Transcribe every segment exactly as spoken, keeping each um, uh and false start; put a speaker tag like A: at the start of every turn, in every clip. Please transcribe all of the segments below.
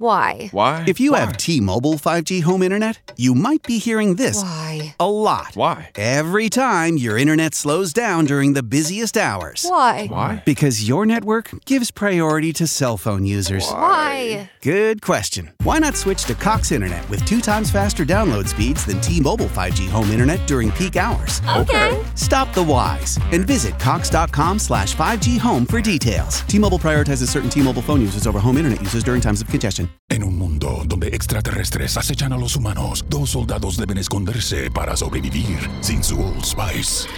A: Why?
B: Why?
C: If you
B: Why?
C: have T-Mobile five G home internet, you might be hearing this
A: Why?
C: a lot.
B: Why?
C: Every time your internet slows down during the busiest hours.
A: Why?
B: Why?
C: Because your network gives priority to cell phone users.
A: Why?
C: Good question. Why not switch to Cox Internet with two times faster download speeds than T-Mobile five G home internet during peak hours?
A: Okay.
C: Stop the whys and visit cox.com slash 5G home for details. T-Mobile prioritizes certain T-Mobile phone users over home internet users during times of congestion.
D: En un mundo donde extraterrestres acechan a los humanos, dos soldados deben esconderse para sobrevivir sin su Old Spice.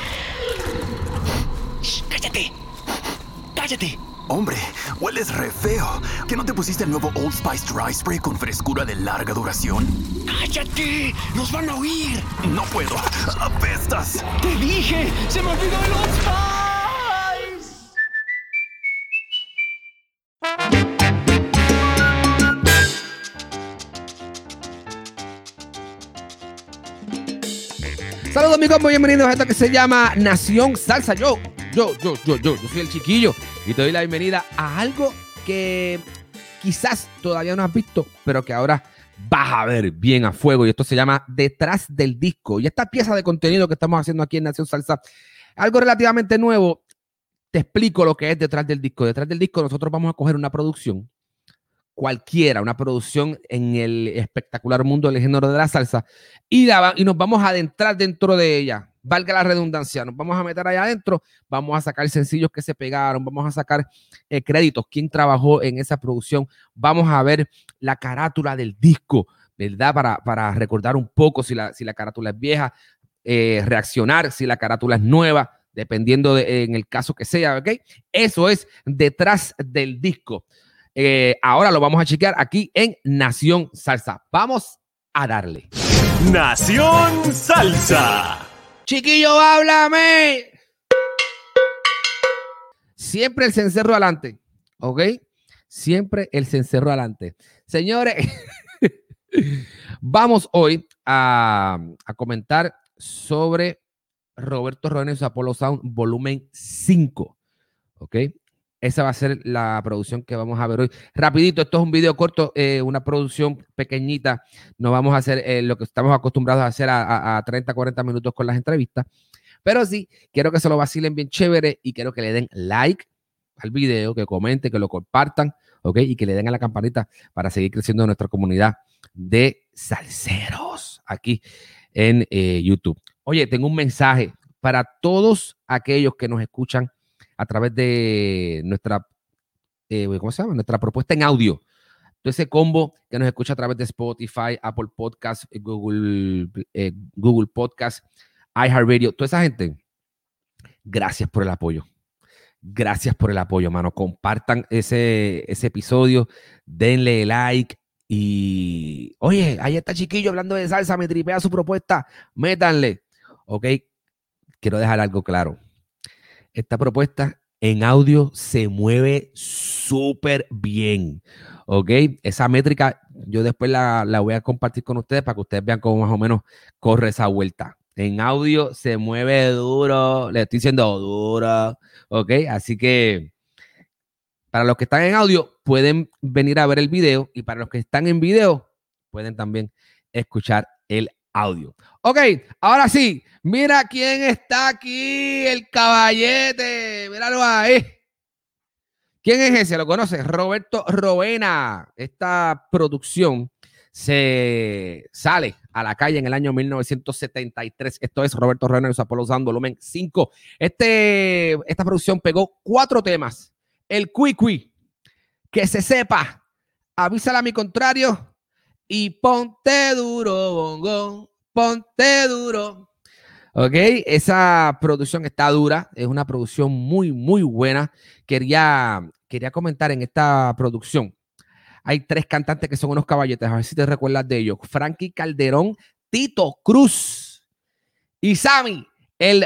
E: Shh, ¡cállate! ¡Cállate! Hombre, hueles re feo. ¿Que no te pusiste el nuevo Old Spice Dry Spray con frescura de larga duración? ¡Cállate! ¡Nos van a oír! No puedo. ¡Apestas! ¡Te dije! ¡Se me olvidó el Old Spice!
F: Saludos amigos, muy bienvenidos a esto que se llama Nación Salsa. Yo, yo, yo, yo, yo, yo soy el Chiquillo y te doy la bienvenida a algo que quizás todavía no has visto, pero que ahora vas a ver bien a fuego, y esto se llama Detrás del Disco. Y esta pieza de contenido que estamos haciendo aquí en Nación Salsa, algo relativamente nuevo. Te explico lo que es Detrás del Disco. Detrás del Disco nosotros vamos a coger una producción cualquiera, una producción en el espectacular mundo del género de la salsa, y, la, y nos vamos a adentrar dentro de ella, valga la redundancia, nos vamos a meter allá adentro, vamos a sacar sencillos que se pegaron, vamos a sacar eh, créditos, quién trabajó en esa producción, vamos a ver la carátula del disco, ¿verdad? Para, para recordar un poco si la, si la carátula es vieja, eh, reaccionar si la carátula es nueva, dependiendo de, en el caso que sea, ¿ok? Eso es Detrás del Disco. Eh, ahora lo vamos a chequear aquí en Nación Salsa. Vamos a darle.
G: Nación Salsa.
F: Chiquillo, háblame. Siempre el cencerro adelante, ¿ok? Siempre el cencerro adelante. Señores, vamos hoy a, a comentar sobre Roberto Roena y su Apollo Sound volumen cinco, ¿ok? Esa va a ser la producción que vamos a ver hoy. Rapidito, esto es un video corto, eh, una producción pequeñita. No vamos a hacer eh, lo que estamos acostumbrados a hacer a, a, a treinta, cuarenta minutos con las entrevistas. Pero sí, quiero que se lo vacilen bien chévere y quiero que le den like al video, que comenten, que lo compartan, ¿ok? Y que le den a la campanita para seguir creciendo nuestra comunidad de salseros aquí en eh, YouTube. Oye, tengo un mensaje para todos aquellos que nos escuchan a través de nuestra, eh, ¿cómo se llama? Nuestra propuesta en audio. Todo ese combo que nos escucha a través de Spotify, Apple Podcasts, Google, eh, Google Podcasts, iHeartRadio, toda esa gente, gracias por el apoyo. Gracias por el apoyo, mano. Compartan ese, ese episodio, denle like y, oye, ahí está Chiquillo hablando de salsa, me tripea su propuesta, métanle. Ok, quiero dejar algo claro. Esta propuesta en audio se mueve súper bien, ¿ok? Esa métrica yo después la, la voy a compartir con ustedes para que ustedes vean cómo más o menos corre esa vuelta. En audio se mueve duro, le estoy diciendo duro, ¿ok? Así que para los que están en audio pueden venir a ver el video, y para los que están en video pueden también escuchar el audio. Ok, ahora sí, mira quién está aquí, el caballete, míralo ahí. ¿Quién es ese? ¿Lo conoces? Roberto Roena. Esta producción se sale a la calle en el año mil novecientos setenta y tres. Esto es Roberto Roena y su Apollo Sound volumen cinco. Este, esta producción pegó cuatro temas. El Cui Cui, Que se sepa, Avísala a mi contrario y Ponte duro, bongo, ponte duro. Ok, esa producción está dura, es una producción muy, muy buena. Quería, quería comentar en esta producción. Hay tres cantantes que son unos caballetes, a ver si te recuerdas de ellos. Frankie Calderón, Tito Cruz y Sammy, el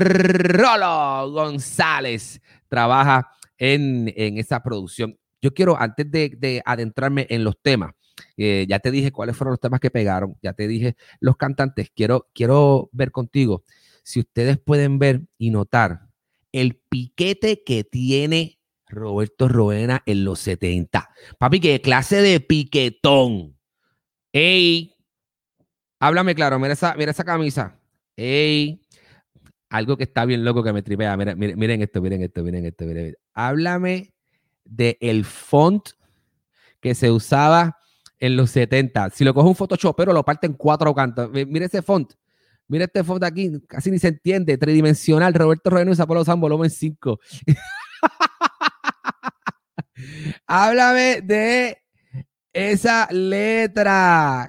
F: Rolo González, trabaja en, en esa producción. Yo quiero, antes de, de adentrarme en los temas, eh, ya te dije cuáles fueron los temas que pegaron, ya te dije los cantantes, quiero, quiero ver contigo si ustedes pueden ver y notar el piquete que tiene Roberto Roena en los setenta. Papi, qué clase de piquetón. Ey, háblame claro, mira esa, mira esa camisa. Ey, algo que está bien loco que me tripea. Miren, miren, miren esto, miren esto, miren esto. Miren, miren. Háblame del font que se usaba en los setenta. Si lo coge un Photoshop, pero lo parte en cuatro cantos. Mira ese font. Mira este font aquí. Casi ni se entiende. Tridimensional. Roberto Roena y Apollo Sound volumen cinco. Háblame de esa letra.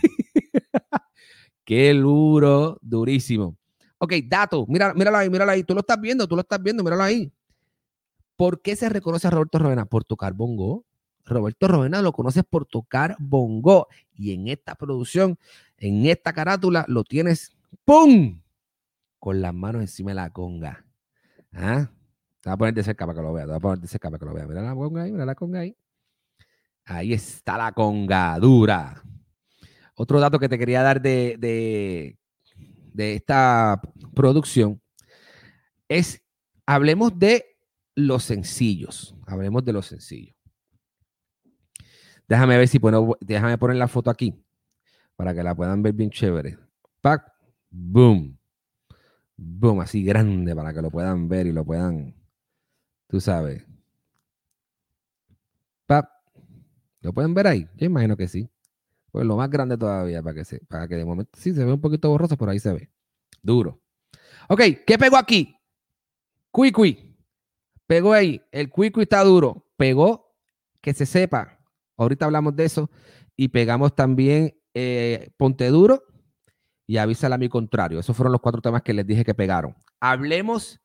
F: Qué duro, durísimo. Ok, dato. Mira, míralo ahí, míralo ahí. Tú lo estás viendo, tú lo estás viendo, míralo ahí. ¿Por qué se reconoce a Roberto Roena? Por tocar bongo. Roberto Roena lo conoces por tocar bongo. Y en esta producción, en esta carátula, lo tienes, ¡pum!, con las manos encima de la conga. ¿Ah? Te voy a poner de cerca para que lo vea. Te voy a poner de cerca para que lo vea. Mira la conga ahí, mira la conga ahí. Ahí está la conga dura. Otro dato que te quería dar de, de, de esta producción es, hablemos de los sencillos. Hablemos de los sencillos. Déjame ver si puedo, déjame poner la foto aquí para que la puedan ver bien chévere. Pac, boom, boom, así grande para que lo puedan ver y lo puedan, tú sabes. Pac, ¿lo pueden ver ahí? Yo imagino que sí. Pues lo más grande todavía para que, se, para que de momento sí se ve un poquito borroso, pero ahí se ve. Duro. Ok, ¿qué pegó aquí? Cuicui. Pegó ahí. El cuicui está duro. Pegó, que se sepa. Ahorita hablamos de eso. Y pegamos también eh, Ponte Duro y Avísale a mi contrario. Esos fueron los cuatro temas que les dije que pegaron. Hablemos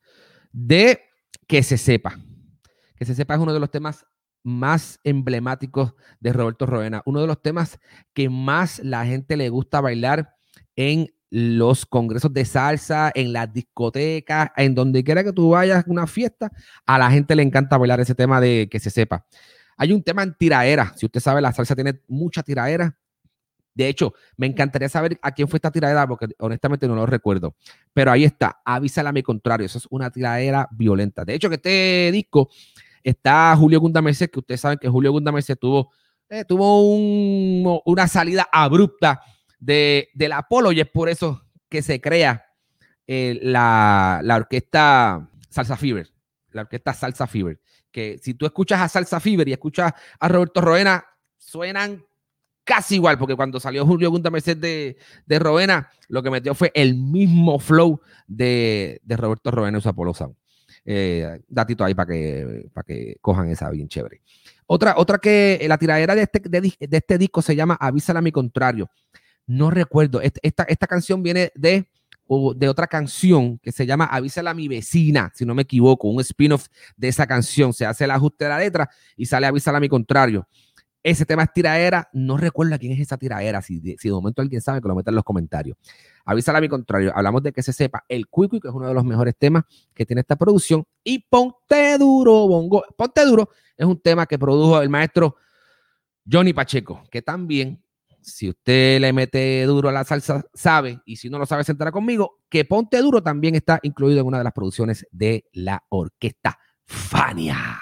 F: de Que se sepa. Que se sepa es uno de los temas más emblemáticos de Roberto Roena. Uno de los temas que más la gente le gusta bailar en los congresos de salsa, en las discotecas, en donde quiera que tú vayas a una fiesta, a la gente le encanta bailar ese tema de Que se sepa. Hay un tema en tiraera. Si usted sabe, la salsa tiene mucha tiraera. De hecho, me encantaría saber a quién fue esta tiradera, porque honestamente no lo recuerdo. Pero ahí está, Avísale a mi contrario. Eso es una tiradera violenta. De hecho, que este disco está Julio Gunda Merced, que ustedes saben que Julio Gunda Merced tuvo, eh, tuvo un, una salida abrupta de, del Apolo, y es por eso que se crea eh, la, la orquesta Salsa Fever. La orquesta Salsa Fever. Que si tú escuchas a Salsa Fever y escuchas a Roberto Roena, suenan casi igual, porque cuando salió Julio Gunda Merced de, de Roena, lo que metió fue el mismo flow de, de Roberto Roena y su Apollo Sound. Eh, datito ahí para que, para que cojan esa bien chévere. Otra, otra que la tiradera de este, de, de este disco se llama Avísale a mi contrario. No recuerdo. Esta, esta canción viene de, de otra canción que se llama Avísale a mi vecina, si no me equivoco, un spin-off de esa canción. Se hace el ajuste de la letra y sale Avísale a mi contrario. Ese tema es tiradera. No recuerdo quién es esa tiradera. Si de, si de momento alguien sabe, que lo meta en los comentarios. Avísale a mi contrario. Hablamos de Que se sepa. El Cuicui, que es uno de los mejores temas que tiene esta producción. Y Ponte Duro, bongo. Ponte Duro es un tema que produjo el maestro Johnny Pacheco, que también, si usted le mete duro a la salsa, sabe, y si no lo sabe, se entera conmigo, que Ponte Duro también está incluido en una de las producciones de la orquesta Fania.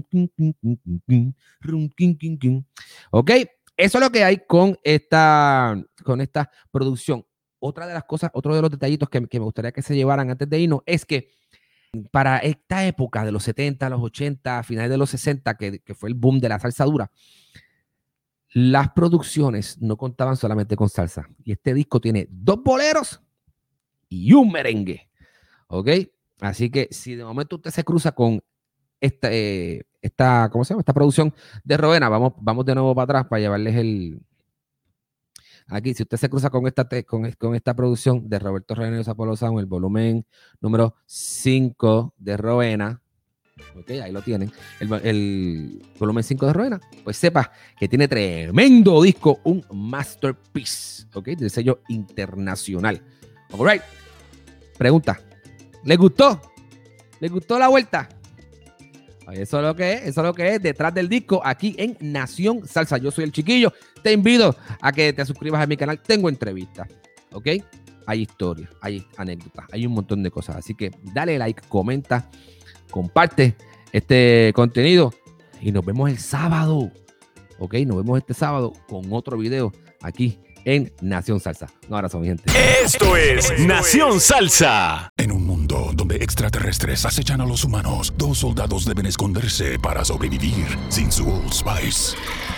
F: Ok, eso es lo que hay con esta, con esta producción. Otra de las cosas, otro de los detallitos que, que me gustaría que se llevaran antes de irnos es que para esta época de los setenta, los ochenta, finales de los sesenta, que, que fue el boom de la salsa dura, las producciones no contaban solamente con salsa. Y este disco tiene dos boleros y un merengue. ¿Ok? Así que si de momento usted se cruza con esta, eh, esta ¿cómo se llama? Esta producción de Roena, vamos, vamos de nuevo para atrás para llevarles el... Aquí, si usted se cruza con esta, con, con esta producción de Roberto Roena y Apollo Sound, el volumen número cinco de Roena, ok, ahí lo tienen, el, el volumen cinco de Roena, pues sepa que tiene tremendo disco, un masterpiece, ok, del sello internacional. All right. Pregunta, ¿les gustó? ¿Les gustó la vuelta? Eso es lo que es, eso es lo que es detrás del disco aquí en Nación Salsa. Yo soy el Chiquillo. Te invito a que te suscribas a mi canal. Tengo entrevistas, ¿ok? Hay historias, hay anécdotas, hay un montón de cosas. Así que dale like, comenta, comparte este contenido y nos vemos el sábado. Ok, nos vemos este sábado con otro video aquí en Nación Salsa. Un abrazo, mi gente.
G: Esto es Nación Salsa.
D: En un mundo donde extraterrestres acechan a los humanos, dos soldados deben esconderse para sobrevivir sin su Old Spice.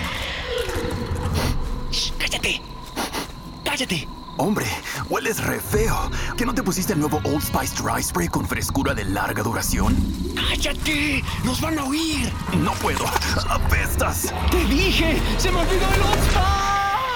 E: Shh, ¡cállate! ¡Cállate! Hombre, hueles re feo. ¿Que no te pusiste el nuevo Old Spice Dry Spray con frescura de larga duración? ¡Cállate! ¡Nos van a oír! No puedo. ¡Apestas! ¡Te dije! ¡Se me olvidó el Old Spice!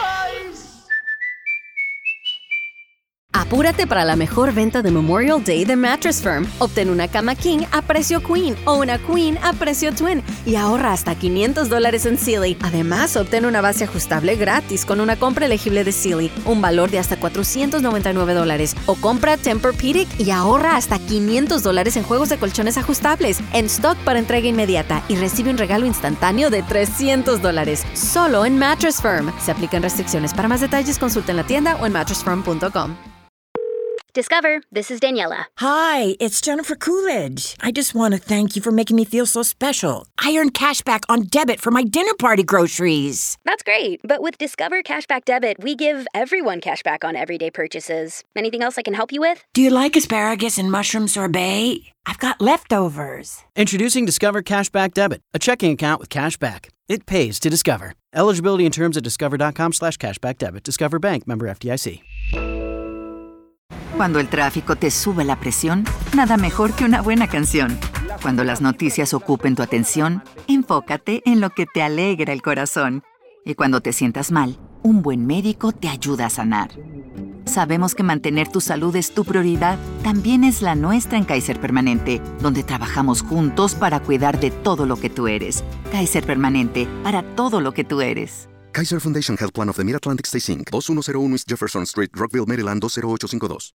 A: Apúrate para la mejor venta de Memorial Day de Mattress Firm. Obtén una cama King a precio Queen o una Queen a precio Twin y ahorra hasta quinientos dólares en Sealy. Además, obtén una base ajustable gratis con una compra elegible de Sealy, un valor de hasta cuatrocientos noventa y nueve dólares. O compra Tempur-Pedic y ahorra hasta quinientos dólares en juegos de colchones ajustables. En stock para entrega inmediata y recibe un regalo instantáneo de trescientos dólares. Solo en Mattress Firm. Se aplican restricciones. Para más detalles, consulta en la tienda o en mattress firm punto com.
B: Discover, this is Daniela.
H: Hi, it's Jennifer Coolidge. I just want to thank you for making me feel so special. I earned cash back on debit for my dinner party groceries.
B: That's great, but with Discover Cashback Debit, we give everyone cash back on everyday purchases. Anything else I can help you with?
H: Do you like asparagus and mushroom sorbet? I've got leftovers.
I: Introducing Discover Cashback Debit, a checking account with cash back. It pays to Discover. Eligibility and terms at discover.com slash cashback debit. Discover Bank, member F D I C.
J: Cuando el tráfico te sube la presión, nada mejor que una buena canción. Cuando las noticias ocupen tu atención, enfócate en lo que te alegra el corazón. Y cuando te sientas mal, un buen médico te ayuda a sanar. Sabemos que mantener tu salud es tu prioridad, también es la nuestra en Kaiser Permanente, donde trabajamos juntos para cuidar de todo lo que tú eres. Kaiser Permanente, para todo lo que tú eres.
K: Kaiser Foundation Health Plan of the Mid-Atlantic Stay Incorporated, dos uno cero uno East Jefferson Street, Rockville, Maryland dos cero ocho cinco dos.